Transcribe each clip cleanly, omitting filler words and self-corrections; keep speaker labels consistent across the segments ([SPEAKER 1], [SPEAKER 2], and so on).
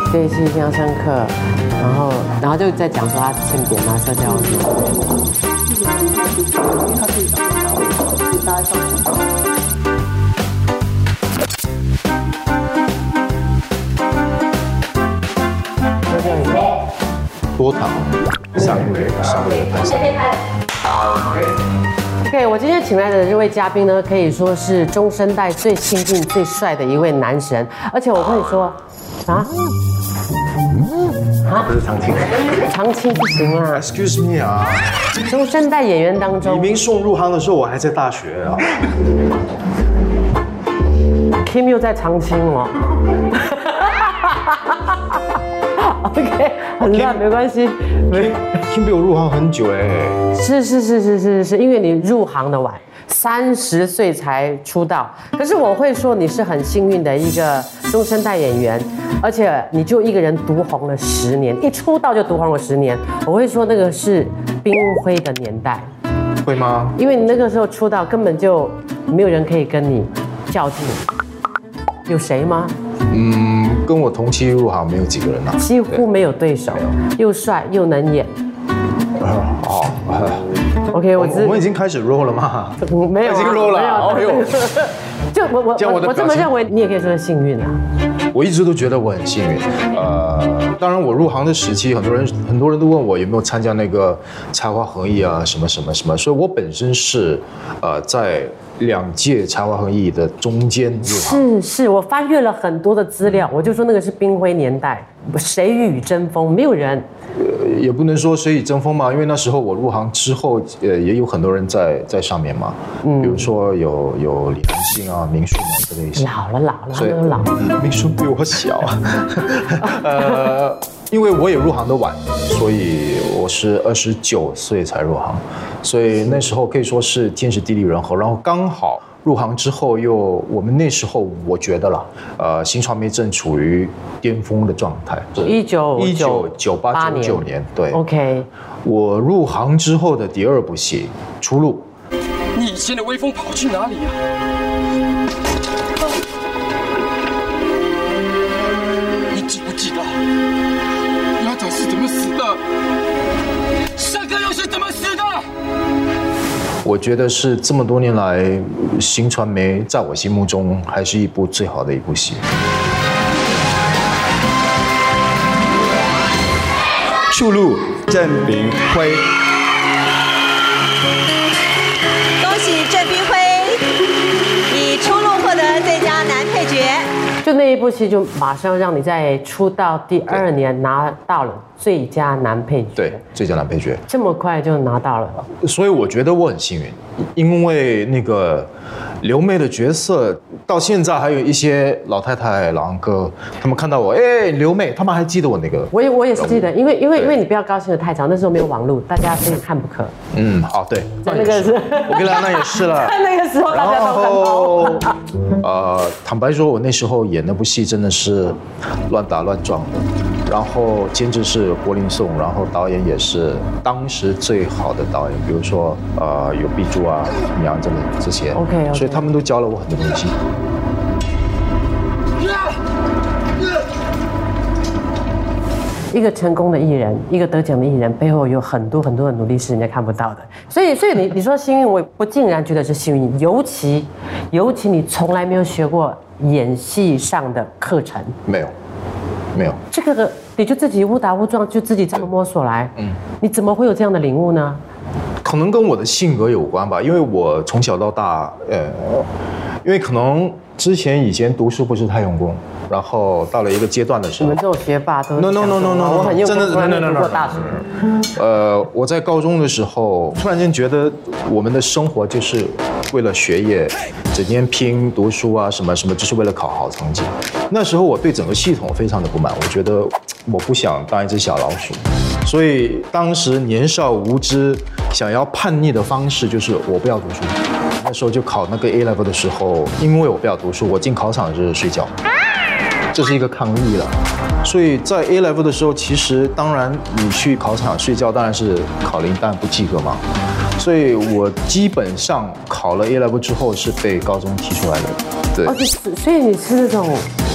[SPEAKER 1] 这一期印象深刻，然后就在讲说他欠扁啊，社交什么。
[SPEAKER 2] 因为他自己长得高，大家上去。
[SPEAKER 3] 多糖3个拍3个。
[SPEAKER 1] OK， 我今天请来的这位嘉宾呢，可以说是中生代最亲近、最帅的一位男神，而且我跟你说，
[SPEAKER 3] 不是常青，
[SPEAKER 1] 常青不行啦。
[SPEAKER 3] Excuse me 啊，
[SPEAKER 1] 中生代演员当中，
[SPEAKER 3] 李明顺入行的时候我还在大学啊。
[SPEAKER 1] Kim 又在常青哦。OK， 很乱，没关系。
[SPEAKER 3] Kim 比我入行很久哎。
[SPEAKER 1] 是，因为你入行的晚，30岁才出道。可是我会说你是很幸运的一个中生代演员，而且你就一个人独红了10年，一出道就独红了10年。我会说那个是冰辉的年代。
[SPEAKER 3] 会吗？
[SPEAKER 1] 因为你那个时候出道根本就没有人可以跟你较劲，有谁吗？
[SPEAKER 3] 跟我同期入行没有几个人啊，
[SPEAKER 1] 几乎没有对手，又帅又能演。OK，
[SPEAKER 3] 我们已经开始 roll 了吗？
[SPEAKER 1] 没有，
[SPEAKER 3] 已经 roll 了。哎呦，
[SPEAKER 1] 就我这么认为，你也可以说是幸运啊。
[SPEAKER 3] 我一直都觉得我很幸运。当然我入行的时期，很多人都问我有没有参加那个才华横溢啊，什么，所以我本身是在2届才华横溢的中间入行。
[SPEAKER 1] 是，我翻阅了很多的资料，我就说那个是冰辉年代，谁与争锋，没有人。
[SPEAKER 3] 也不能说谁与争锋嘛，因为那时候我入行之后，也有很多人在上面嘛，比如说有李恒信啊、明顺啊这类型。
[SPEAKER 1] 老了，他们都老了。
[SPEAKER 3] 明顺比我小，因为我也入行的晚，所以我是29岁才入行，所以那时候可以说是天时地利人和，然后刚好入行之后我们那时候我觉得啦，新传媒正处于巅峰的状态。1998、99年，对。
[SPEAKER 1] OK，
[SPEAKER 3] 我入行之后的第2部戏《出路》。
[SPEAKER 4] 你以前的威风跑去哪里啊？你记不记得鸭仔是怎么死的？沙哥又是怎么死的？
[SPEAKER 3] 我觉得是这么多年来新传媒在我心目中还是一部最好的一部戏。
[SPEAKER 5] 出路，郑炳辉。
[SPEAKER 6] 恭喜郑炳辉以出路获得最佳男配角。
[SPEAKER 1] 就那一部戏就马上让你在出道第2年拿到了最佳男配角。
[SPEAKER 3] 对，最佳男配角。
[SPEAKER 1] 这么快就拿到了。
[SPEAKER 3] 所以我觉得我很幸运，因为那个刘妹的角色到现在还有一些老太太、老安哥，他们看到我，刘妹，他们还记得我那个。
[SPEAKER 1] 我也是记得，因为你不要高兴得太早，那时候没有网络，大家非看不可。
[SPEAKER 3] 对，
[SPEAKER 1] 那个是，
[SPEAKER 3] 我跟他那也是了。
[SPEAKER 1] 那个时候大家都很
[SPEAKER 3] 好。坦白说，我那时候演那部戏真的是乱打乱撞的。然后监制是郭林颂，然后导演也是当时最好的导演，比如说有碧珠啊、杨这些
[SPEAKER 1] OK，
[SPEAKER 3] 所以他们都教了我很多东西。
[SPEAKER 1] 一个成功的艺人，一个得奖的艺人，背后有很多的努力是人家看不到的。所以你说幸运，我不竟然觉得是幸运，尤其你从来没有学过演戏上的课程，
[SPEAKER 3] 没有，
[SPEAKER 1] 这个你就自己误打误撞就自己这么摸索来，你怎么会有这样的领悟呢？
[SPEAKER 3] 可能跟我的性格有关吧，因为我从小到大，因为可能以前读书不是太用功，然后到了一个阶段的时候，
[SPEAKER 1] 你们这种学霸都
[SPEAKER 3] no，
[SPEAKER 1] 我很用功，从来没读过大学。
[SPEAKER 3] 我在高中的时候，突然间觉得我们的生活就是为了学业，整天拼读书啊，什么，就是为了考好成绩。那时候我对整个系统非常的不满，我觉得我不想当一只小老鼠，所以当时年少无知，想要叛逆的方式就是我不要读书。那时候就考那个 A level 的时候，因为我不要读书，我进考场就是睡觉，这是一个抗议了。所以在 A level 的时候，其实当然你去考场睡觉，当然是考零，当然不及格嘛。所以我基本上考了 A level 之后是被高中踢出来的。对，
[SPEAKER 1] 所以你是那种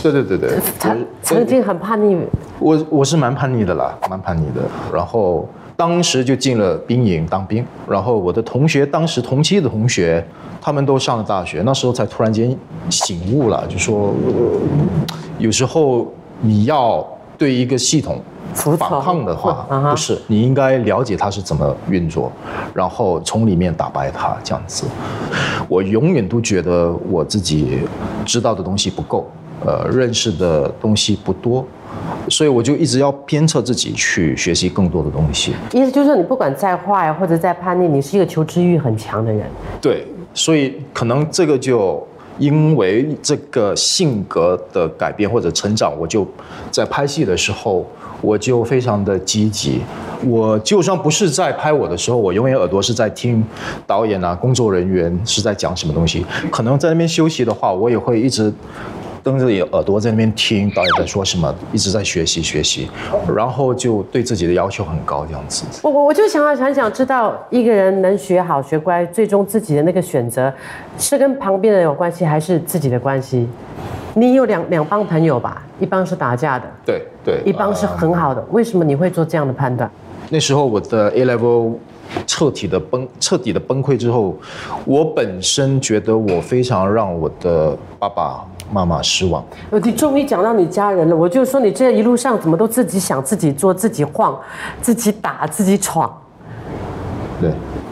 [SPEAKER 3] 对，
[SPEAKER 1] 他曾经很叛逆。
[SPEAKER 3] 我是蛮叛逆的啦，蛮叛逆的。然后当时就进了兵营当兵，然后我的同学，当时同期的同学，他们都上了大学，那时候才突然间醒悟了，就说，有时候你要对一个系统反抗的话，不是，你应该了解它是怎么运作，然后从里面打败它，这样子。我永远都觉得我自己知道的东西不够，认识的东西不多。所以我就一直要鞭策自己去学习更多的东西。
[SPEAKER 1] 意思就是说，你不管再坏或者再叛逆，你是一个求知欲很强的人。
[SPEAKER 3] 对，所以可能这个就因为这个性格的改变或者成长，我就在拍戏的时候，我就非常的积极。我就算不是在拍我的时候，我永远耳朵是在听导演啊、工作人员是在讲什么东西。可能在那边休息的话，我也会一直瞪着耳朵在那边听导演在说什么，一直在学习，然后就对自己的要求很高，这样子。
[SPEAKER 1] 我就很想知道，一个人能学好学乖，最终自己的那个选择是跟旁边人有关系，还是自己的关系？你有两帮朋友吧，一帮是打架的，
[SPEAKER 3] 对，
[SPEAKER 1] 一帮是很好的。为什么你会做这样的判断？
[SPEAKER 3] 那时候我的 A level 彻底的崩溃之后，我本身觉得我非常让我的爸爸妈妈失望。
[SPEAKER 1] 你终于讲到你家人了，我就说你这一路上怎么都自己想、自己做、自己晃、自己打、自己闯。
[SPEAKER 3] 对。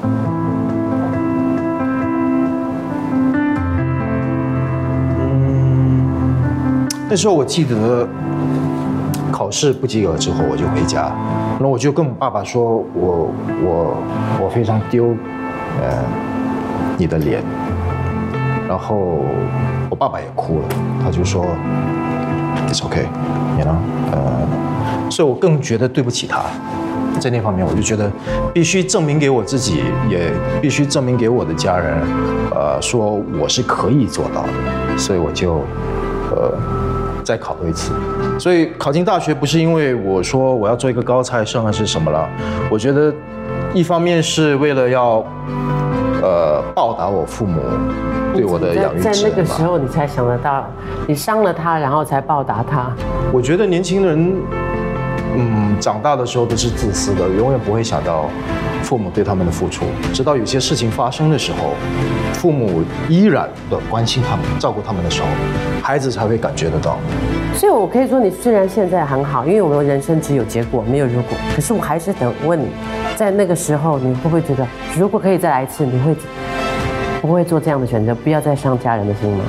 [SPEAKER 3] 那时候我记得考试不及格之后，我就回家，然后我就跟我爸爸说，我非常丢，你的脸。然后我爸爸也哭了，他就说 ，It's okay， you know，所以我更觉得对不起他，在那方面我就觉得必须证明给我自己，也必须证明给我的家人，说我是可以做到的，所以我就再考多一次。所以考进大学不是因为我说我要做一个高材生还是什么了，我觉得一方面是为了要报答我父母对我的养育之恩吧。在那
[SPEAKER 1] 个时候你才想得到，你伤了他，然后才报答他。
[SPEAKER 3] 我觉得年轻人，长大的时候都是自私的，永远不会想到父母对他们的付出。直到有些事情发生的时候，父母依然的关心他们、照顾他们的时候，孩子才会感觉得到。
[SPEAKER 1] 所以我可以说，你虽然现在很好，因为我们人生只有结果没有如果，可是我还是得问你，在那个时候，你会不会觉得，如果可以再来一次，你会不会做这样的选择，不要再伤家人的心吗？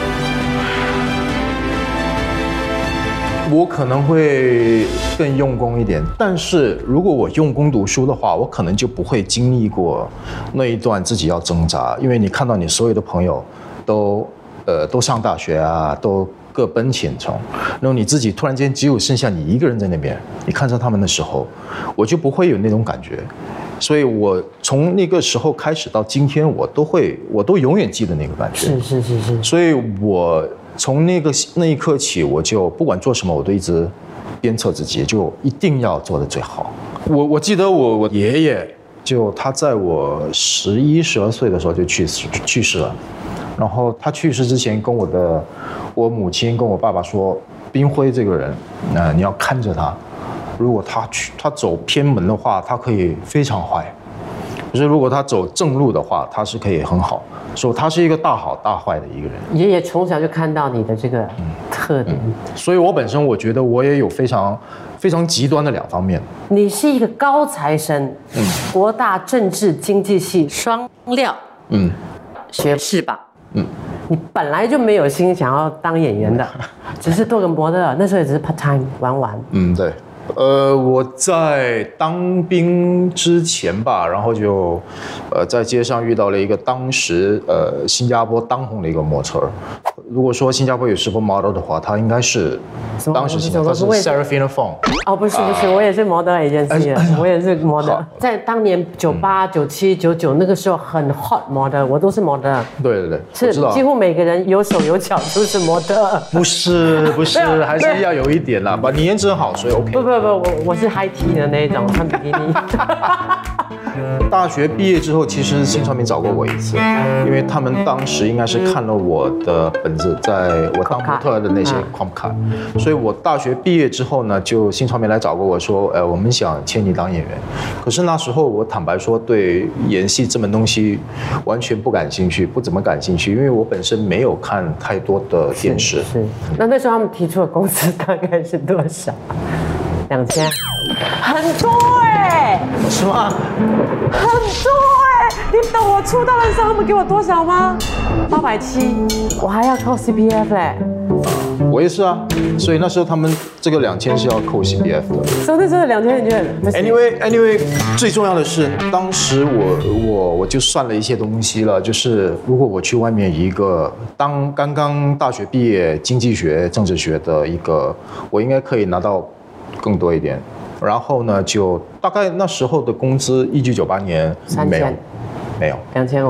[SPEAKER 3] 我可能会更用功一点，但是如果我用功读书的话，我可能就不会经历过那一段自己要挣扎，因为你看到你所有的朋友都上大学啊，都各奔前程，然后你自己突然间只有剩下你一个人在那边，你看着他们的时候，我就不会有那种感觉。所以我从那个时候开始到今天，我都永远记得那个感觉。
[SPEAKER 1] 是。
[SPEAKER 3] 所以我从那一刻起，我就不管做什么，我都一直鞭策自己，就一定要做得最好。我记得我爷爷就他在我11、12岁的时候就去世了，然后他去世之前跟我母亲跟我爸爸说，彬辉这个人，你要看着他。如果他走偏门的话，他可以非常坏；可是如果他走正路的话，他是可以很好。所以他是一个大好大坏的一个人。
[SPEAKER 1] 爷爷从小就看到你的这个特点，
[SPEAKER 3] 所以我本身我觉得我也有非常非常极端的2方面。
[SPEAKER 1] 你是一个高材生，国大政治经济系双料，学士吧，你本来就没有心想要当演员的，只是做个模特，那时候也只是 part time 玩。对。
[SPEAKER 3] 我在当兵之前吧，然后就在街上遇到了一个当时新加坡当红的一个模特。如果说新加坡有 supermodel 的话，他应该是当时他是 Seraphina Fong。哦，
[SPEAKER 1] 不是，我也是模特agency，我也是模特。在当年98、97、99那个时候很 hot 模特，我都是模特。
[SPEAKER 3] 对，
[SPEAKER 1] 是几乎每个人有手有脚都是模特。
[SPEAKER 3] 不是，还是要有一点啦。把你颜值好，所以 OK。
[SPEAKER 1] 不，我是 high T 的那种，穿比基尼。
[SPEAKER 3] 大学毕业之后，其实新传媒找过我一次，因为他们当时应该是看了我的本子，在我当模特的那些框卡，所以我大学毕业之后呢，就新传媒来找过我说，我们想签你当演员。可是那时候我坦白说，对演戏这门东西完全不感兴趣，不怎么感兴趣，因为我本身没有看太多的电视。
[SPEAKER 1] 是。那时候他们提出的工资大概是多少？2000，很多哎，
[SPEAKER 3] 是吗？
[SPEAKER 1] 很多哎，你懂我出道的时候他们给我多少吗？870，我还要扣 CPF 嘞。
[SPEAKER 3] 我也是啊，所以那时候他们这个2000是要扣 CPF 的。
[SPEAKER 1] 所以那时候2000，你觉得
[SPEAKER 3] ？Anyway， 最重要的是，当时我就算了一些东西了，就是如果我去外面一个刚刚大学毕业经济学、政治学的一个，我应该可以拿到更多一点。然后呢，就大概那时候的工资，1998年没有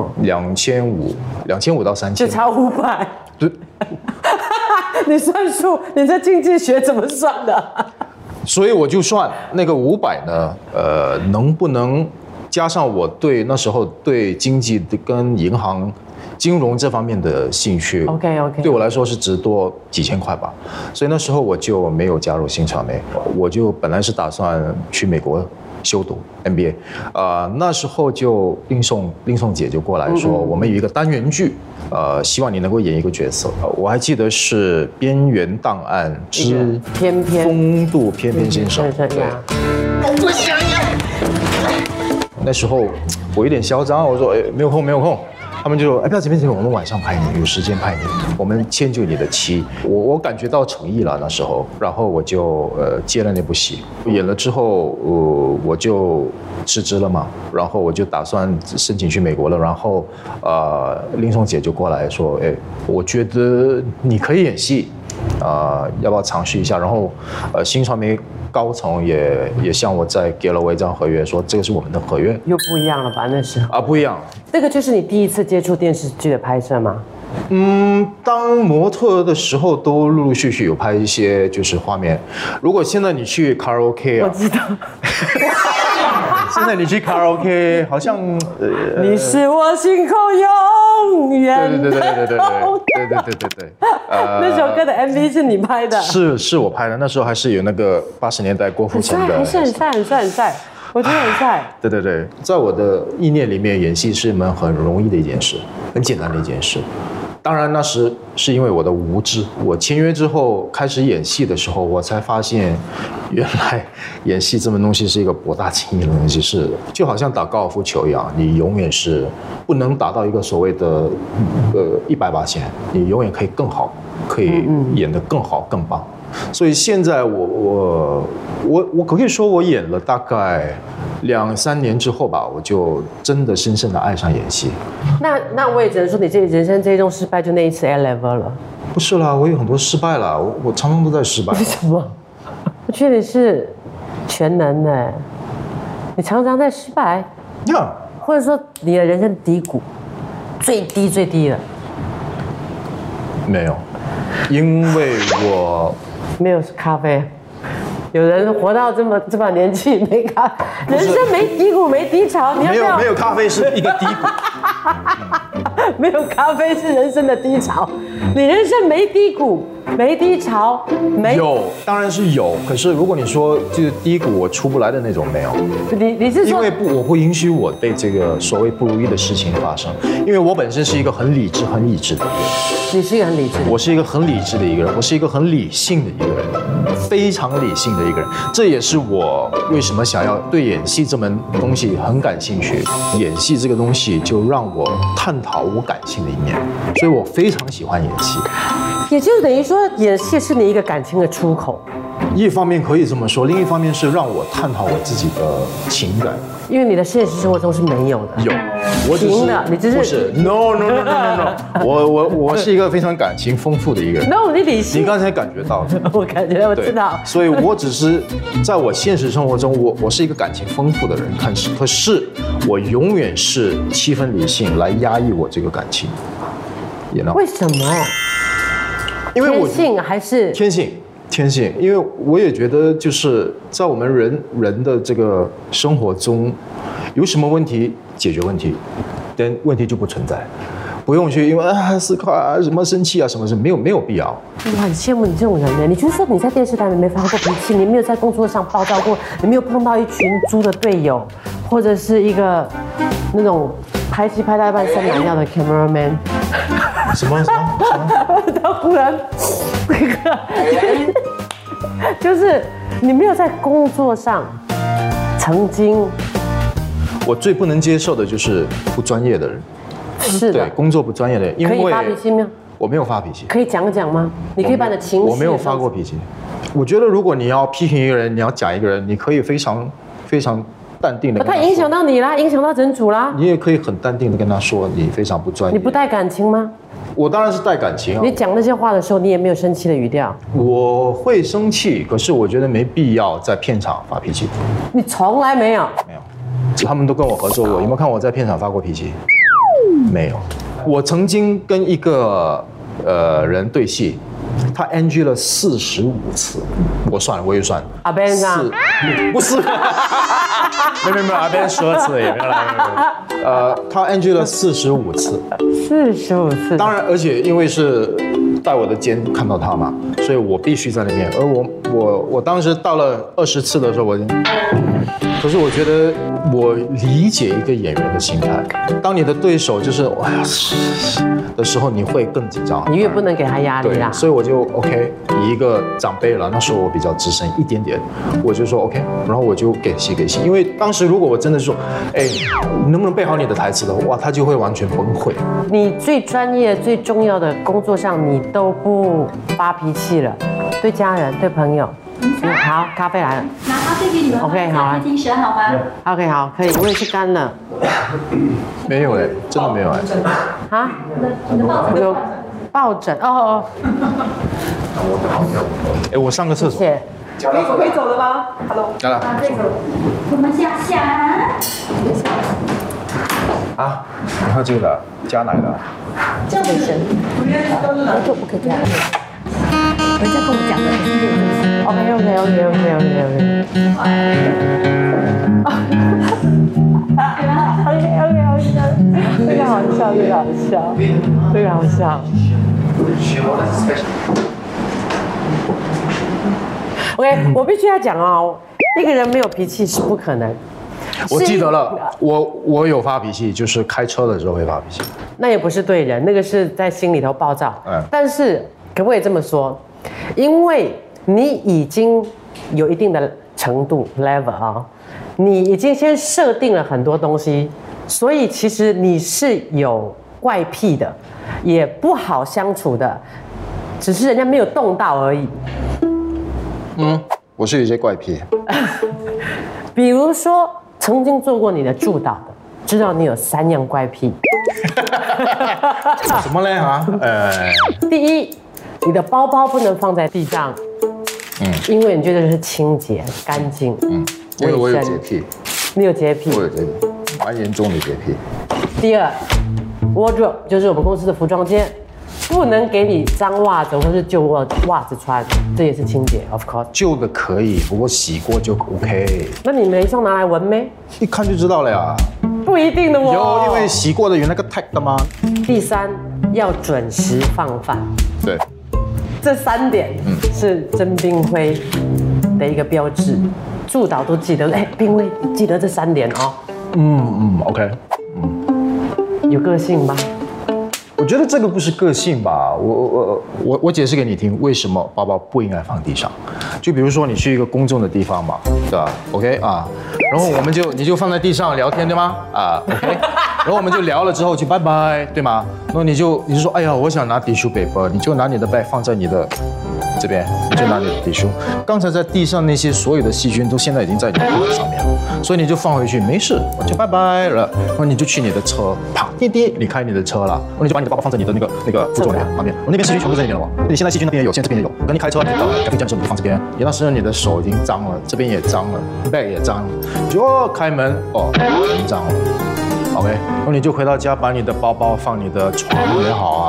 [SPEAKER 3] ，2500到3000，
[SPEAKER 1] 就差500。
[SPEAKER 3] 对。
[SPEAKER 1] 你算数，你这经济学怎么算的？
[SPEAKER 3] 所以我就算那个500呢，能不能加上我那时候对经济跟银行、金融这方面的兴趣
[SPEAKER 1] ，OK，
[SPEAKER 3] 对我来说是值多几千块吧。所以那时候我就没有加入新传媒，我就本来是打算去美国修读 MBA， 那时候就令颂姐就过来说，我们有一个单元剧，希望你能够演一个角色。我还记得是《边缘档案之风度翩翩先生》。对，
[SPEAKER 4] 我不想要。
[SPEAKER 3] 那时候我有点嚣张，我说没有空。他们就说不要这边，我们晚上拍你，有时间拍你，我们迁就你的期。我感觉到诚意了那时候，然后我就接了那部戏，演了之后我就辞职了嘛，然后我就打算申请去美国了，然后令颂姐就过来说，我觉得你可以演戏，要不要尝试一下？然后新传媒高层也向我再给了我一张合约，说这个是我们的合约。
[SPEAKER 1] 又不一样了吧？那时候
[SPEAKER 3] 不一样。
[SPEAKER 1] 这个就是你第一次接触电视剧的拍摄吗？
[SPEAKER 3] 当模特的时候都陆陆续续有拍一些就是画面。如果现在你去卡拉 OK
[SPEAKER 1] 我知道。
[SPEAKER 3] 现在你去卡拉 OK 好像
[SPEAKER 1] 你是我心口永远的。
[SPEAKER 3] 对。
[SPEAKER 1] 那首歌的 MV 是你拍的？
[SPEAKER 3] 是我拍的，那时候还是有那个80年代郭富城的。
[SPEAKER 1] 还是很帅。我觉得很帅。
[SPEAKER 3] 对，在我的意念里面，演戏是一门很容易的一件事，很简单的一件事。当然那时是因为我的无知，我签约之后开始演戏的时候，我才发现，原来演戏这门东西是一个博大精深的东西，是就好像打高尔夫球一样，你永远是不能达到一个所谓的180%，你永远可以更好，可以演得更好更棒。所以现在我可以说我演了大概2-3年之后吧，我就真的深深的爱上演戏。
[SPEAKER 1] 那我也只能说你这人生这一种失败就那一次 A level 了。
[SPEAKER 3] 不是啦，我有很多失败啦，我常常都在失败。
[SPEAKER 1] 为什么？我觉得你是全能的，你常常在失败。或者说你的人生低谷，最低的。
[SPEAKER 3] 没有，因为我
[SPEAKER 1] 没有咖啡。有人活到这把年纪没咖，人生没低谷没低潮，你要
[SPEAKER 3] 没有咖啡是一个低谷。
[SPEAKER 1] 没有咖啡是人生的低潮，你人生没低谷没低潮没
[SPEAKER 3] 有，当然是有。可是如果你说就是低谷我出不来的那种，没有。
[SPEAKER 1] 你是说
[SPEAKER 3] 因为我不允许我被这个所谓不如意的事情发生，因为我本身是一个很理智的人。
[SPEAKER 1] 你是一个很理智的人。
[SPEAKER 3] 我是一个很理智的一个人，我是一个很理性的一个人，非常理性的一个人。这也是我为什么想要对演戏这门东西很感兴趣。演戏这个东西就让我探讨我感性的一面，所以我非常喜欢演戏。
[SPEAKER 1] 也就是等于说，演戏是你一个感情的出口。
[SPEAKER 3] 一方面可以这么说，另一方面是让我探讨我自己的情感。
[SPEAKER 1] 因为你的现实生活中是没有的。
[SPEAKER 3] 有，我只是
[SPEAKER 1] 你只是
[SPEAKER 3] 不是 no， 我是一个非常感情丰富的一个人。
[SPEAKER 1] No， 你理性。
[SPEAKER 3] 你刚才感觉到的，
[SPEAKER 1] 我感觉我知道。
[SPEAKER 3] 所以我只是在我现实生活中，我是一个感情丰富的人，可是我永远是7分理性来压抑我这个感情。
[SPEAKER 1] 为什么？
[SPEAKER 3] 因为我
[SPEAKER 1] 天性还是
[SPEAKER 3] 天性，因为我也觉得就是在我们人的这个生活中， 有什么问题解决问题，但问题就不存在。不用去因为思考啊什么生气啊什么是没有必要。
[SPEAKER 1] 我很羡慕你这种人呢。你就是说你在电视台里没发过脾气，你没有在工作上暴躁过，你没有碰到一群猪的队友，或者是一个那种拍戏拍到一半伸懒腰的 cameraman。
[SPEAKER 3] 什么？
[SPEAKER 1] 他忽然那个，就是你没有在工作上曾经。
[SPEAKER 3] 我最不能接受的就是不专业的人。
[SPEAKER 1] 是的，
[SPEAKER 3] 对，工作不专业的人，因为
[SPEAKER 1] 可以发脾气吗？
[SPEAKER 3] 我没有发脾气。
[SPEAKER 1] 可以讲讲吗？你可以把你的情绪。
[SPEAKER 3] 我没有发过脾气。我觉得如果你要批评一个人，你要讲一个人，你可以非常淡定的。
[SPEAKER 1] 他影响到你啦，影响到整组啦。
[SPEAKER 3] 你也可以很淡定的跟他说，你非常不专业。
[SPEAKER 1] 你不带感情吗？
[SPEAKER 3] 我当然是带感情啊。
[SPEAKER 1] 你讲那些话的时候，你也没有生气的语调。
[SPEAKER 3] 我会生气，可是我觉得没必要在片场发脾气。
[SPEAKER 1] 你从来没有。
[SPEAKER 3] 没有，他们都跟我合作过，有没有看我在片场发过脾气？没有。我曾经跟一个人对戏，他 NG 了45次，我算了，我也算。
[SPEAKER 1] 阿 Ben 啊，
[SPEAKER 3] 不是，没有，阿 Ben 12次也没有啦。他 NG 了45次
[SPEAKER 1] ，45次。
[SPEAKER 3] 当然，而且因为是带我的监看到他嘛，所以我必须在那边。而我当时到了20次的时候，可是我觉得我理解一个演员的心态。当你的对手就是哎呀的时候，你会更紧张。
[SPEAKER 1] 你越不能给他压力啦。
[SPEAKER 3] 所以我就 OK， 以一个长辈了，那时候我比较资深一点点，我就说 OK， 然后我就给戏。因为当时如果我真的说，哎，你能不能背好你的台词的话，他就会完全崩溃。你
[SPEAKER 1] 最专业、最重要的工作上，你都不发脾气了，对家人、对朋友。好，咖啡来了。
[SPEAKER 2] 拿咖啡给你们。
[SPEAKER 1] OK， 好啊。
[SPEAKER 2] 精神好吗
[SPEAKER 1] ？OK， 好，可以。我也是干了。
[SPEAKER 3] 没有哎，真的没有哎。
[SPEAKER 2] 啊？你的抱枕。
[SPEAKER 1] 有抱枕哦。
[SPEAKER 3] 哎，我上个厕所。
[SPEAKER 1] 谢谢。
[SPEAKER 6] 可以走了吗 ？Hello。
[SPEAKER 3] 来了。
[SPEAKER 2] 我们下。
[SPEAKER 3] 啊，你看这个的，加奶的。
[SPEAKER 2] 这样子。我就不可以这样。人家跟我讲的是6个字。
[SPEAKER 1] OK。这个好笑。OK， 我必须要讲哦，一个人没有脾气是不可能。
[SPEAKER 3] 我记得了，我有发脾气，就是开车的时候会发脾气。
[SPEAKER 1] 那也不是对人，那个是在心里头暴躁。但是可不可以这么说？因为你已经有一定的程度 level 啊，你已经先设定了很多东西，所以其实你是有怪癖的，也不好相处的，只是人家没有动到而已。
[SPEAKER 3] 我是有些怪癖。
[SPEAKER 1] 比如说，曾经做过你的助导的，知道你有3样怪癖。
[SPEAKER 3] 什么嘞啊？
[SPEAKER 1] 第一，你的包包不能放在地上，因为你觉得是清洁、干净，
[SPEAKER 3] 因为我有洁癖。
[SPEAKER 1] 你有洁癖？
[SPEAKER 3] 我有洁癖，蛮严重的洁癖。
[SPEAKER 1] 第二 ，wardrobe 就是我们公司的服装间，不能给你脏袜子或是旧袜子穿，这也是清洁 ，of course。
[SPEAKER 3] 旧的可以，不过洗过就 OK。
[SPEAKER 1] 那你每一双拿来闻没？
[SPEAKER 3] 一看就知道了呀。
[SPEAKER 1] 不一定的哦。
[SPEAKER 3] 有，因为洗过的有那个 tag 的吗？
[SPEAKER 1] 第三，要准时放饭。
[SPEAKER 3] 对。
[SPEAKER 1] 这3点是曾彬辉的一个标志，助导都记得。哎，彬辉，记得这3点哦。
[SPEAKER 3] OK。
[SPEAKER 1] 有个性吗？
[SPEAKER 3] 我觉得这个不是个性吧，我解释给你听，为什么包包不应该放地上？就比如说你去一个公众的地方嘛，对吧 ？OK 啊，然后你就放在地上聊天对吗？啊 ，OK， 然后我们就聊了之后就拜拜，对吗？然后你就说，哎呀，我想拿 tissue paper， 你就拿你的 bag 放在你的这边，你就拿你的 tissue。刚才在地上那些所有的细菌都现在已经在你的上面了，所以你就放回去，没事，我就拜拜了。然后你就去你的车，啪，滴滴，你开你的车了，然后你就把你的包包放在你的那个副座旁边，我那边细菌全部在里面了。你现在细菌那边也有，现在这边也有。跟你开车，你到咖啡站的时候你就放这边，你那时你的手已经脏了，这边也脏了 ，bag 也脏了，就开门已经脏了。OK， 然后你就回到家，把你的包包放你的床也好啊，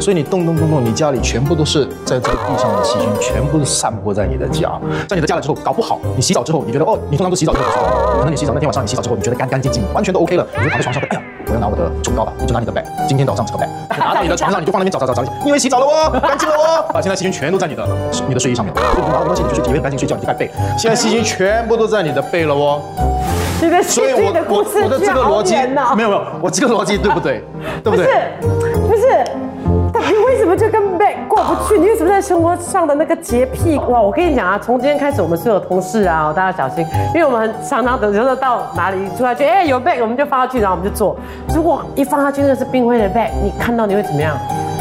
[SPEAKER 3] 所以你动，你家里全部都是在地上的细菌，全部都散播在你的家，在你的家了之后，搞不好你洗澡之后，你觉得你通常都洗澡之后不是吗？可能你洗澡那天晚上你洗澡之后，你觉得干干净净，完全都 OK 了，你就躺在床上，哎呀，我要拿我的唇膏吧，你就拿你的 bag， 今天早上这个 bag， 拿到你的床上，你就放那边找，你以为洗澡了哦，干净了哦，现在细菌全都在你的睡衣上面，所以你拿东西你就是以为很干净睡觉，你就盖被，现在细菌全部都在你的被了哦。
[SPEAKER 1] 你的细菌的故事
[SPEAKER 3] 我的这个逻辑没有，我这个逻辑对不对？对不对？
[SPEAKER 1] 不是，你为什么就跟 bag 过不去？你为什么在生活上的那个洁癖？哇，我跟你讲啊，从今天开始，我们所有同事啊，大家小心，因为我们常常有时候到哪里出来，有 bag 我们就放下去，然后我们就做。如果一放下去那个是冰灰的 bag， 你看到你会怎么样？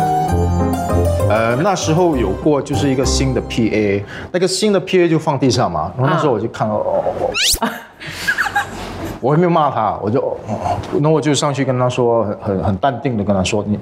[SPEAKER 3] 那时候有过就是一个新的 PA， 那个新的 PA 就放地上嘛，然后那时候我就看到我还没有骂他，然后我就上去跟他说，很淡定的跟他说，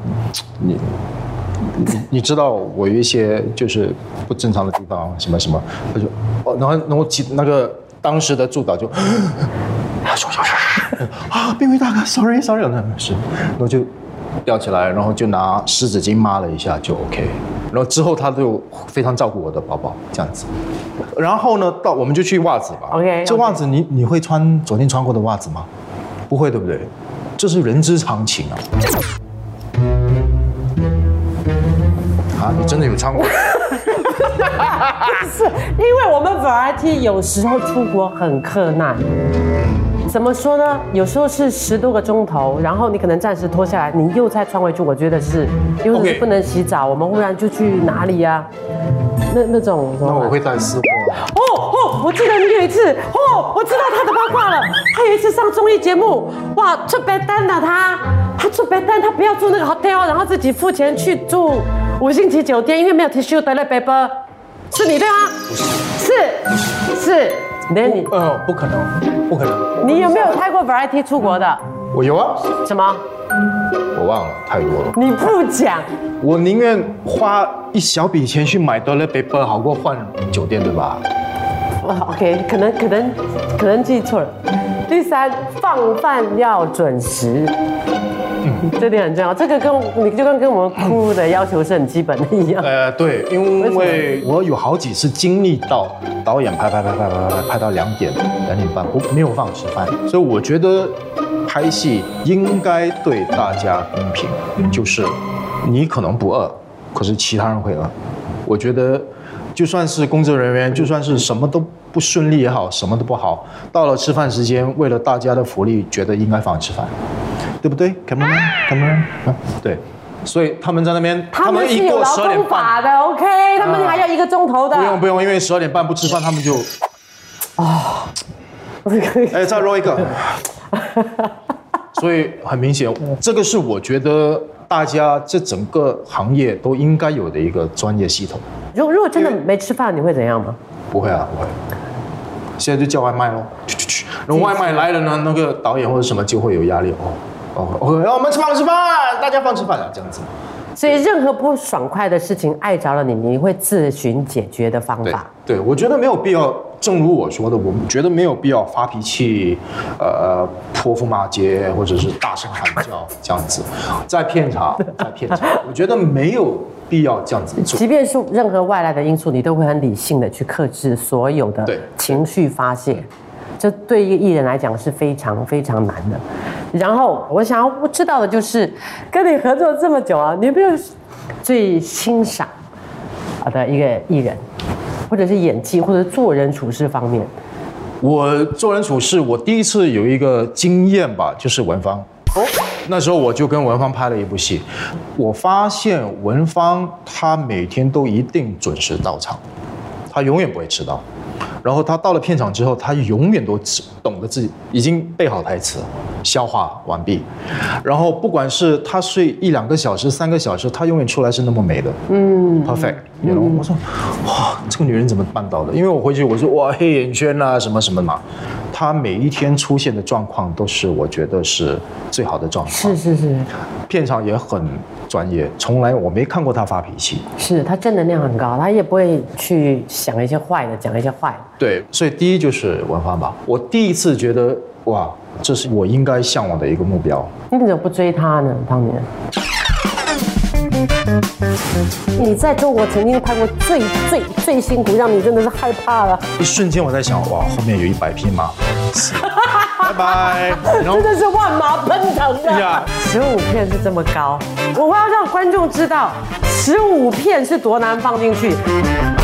[SPEAKER 3] 你知道我有一些就是不正常的地方，什么，他就然后那个当时的助导就说冰灰大哥 ，sorry， 那是，然后就吊起来，然后就拿湿纸巾抹了一下就 OK。然后之后他就非常照顾我的宝宝，这样子。然后呢，我们就去袜子吧。
[SPEAKER 1] OK。
[SPEAKER 3] 这袜子你会穿昨天穿过的袜子吗？不会，对不对？这是人之常情啊。啊，你真的有穿过？
[SPEAKER 1] 是因为我们 Variety 有时候出国很困难。怎么说呢？有时候是10多个钟头，然后你可能暂时脱下来，你又再穿回去。我觉得是，因为不能洗澡，我们忽然就去哪里啊？那种。
[SPEAKER 3] 那我会带私货。
[SPEAKER 1] 我记得你有一次，我知道他的八卦了。他有一次上综艺节目，哇，出白单的他出白单，他不要住那个 hotel， 然后自己付钱去住5星级酒店，因为没有 tissue toilet paper， 是你对吗？是。Danny，
[SPEAKER 3] 不可能。
[SPEAKER 1] 你有没有拍过 Variety 出国的？
[SPEAKER 3] 我有啊。
[SPEAKER 1] 什么？
[SPEAKER 3] 我忘了，太多了。
[SPEAKER 1] 你不讲。我
[SPEAKER 3] 宁愿花一小笔钱去买 toilet paper， 好过换酒店，对吧
[SPEAKER 1] ？OK， 可能记错了。第3，放饭要准时。这点很重要，这个跟我们crew的要求是很基本的一样。
[SPEAKER 3] 对，因为我有好几次经历到导演拍到2点半，没有放吃饭，所以我觉得拍戏应该对大家公平，就是你可能不饿，可是其他人会饿。我觉得就算是工作人员，就算是什么都不顺利也好，什么都不好，到了吃饭时间，为了大家的福利，觉得应该放吃饭。对不对 ？Cameraman， 对，所以他们在那边，
[SPEAKER 1] 他们是有劳动法的 ，OK， 他们还要1个钟头的。
[SPEAKER 3] 不用，因为12点半不吃饭，他们就再 roll 一个。所以很明显，这个是我觉得大家这整个行业都应该有的一个专业系统。
[SPEAKER 1] 如果真的没吃饭，你会怎样吗？
[SPEAKER 3] 不会啊，不会。现在就叫外卖咯，然后外卖来了呢，那个导演或者什么就会有压力我们吃饭，大家放吃饭啊，这样子。
[SPEAKER 1] 所以任何不爽快的事情碍着了你会自寻解决的方法。
[SPEAKER 3] 对，我觉得没有必要。正如我说的，我们觉得没有必要发脾气，泼妇骂街，或者是大声喊叫这样子，在片场，我觉得没有必要这样子做。
[SPEAKER 1] 即便是任何外来的因素，你都会很理性的去克制所有的情绪发泄。这对一个艺人来讲是非常非常难的。然后我想要知道的就是，跟你合作这么久啊，你有没有最欣赏的一个艺人，或者是演技，或者做人处事方面？
[SPEAKER 3] 我做人处事，我第一次有一个经验吧，就是文芳。那时候我就跟文芳拍了一部戏，我发现文芳她每天都一定准时到场，她永远不会迟到。然后他到了片场之后，他永远都懂得自己已经背好台词，消化完毕。然后不管是他睡1-2个小时、3个小时，他永远出来是那么美的，perfect。我说，哇，这个女人怎么办到的？因为我回去我说，哇，黑眼圈啊，什么什么嘛。她每一天出现的状况都是我觉得是最好的状况。
[SPEAKER 1] 是。
[SPEAKER 3] 片场也很专业，从来我没看过她发脾气。
[SPEAKER 1] 是，她正能量很高，她也不会去想一些坏的，讲一些坏的。
[SPEAKER 3] 对，所以第一就是文芳吧。我第一次觉得，哇，这是我应该向往的一个目标。
[SPEAKER 1] 你怎么不追她呢？当年？ 你在中国曾经拍过最辛苦，让你真的是害怕了。
[SPEAKER 3] 一瞬间我在想，哇，后面有100匹马，拜拜。
[SPEAKER 1] 真的是万马奔腾啊！15片是这么高，我要让观众知道15片是多难放进去。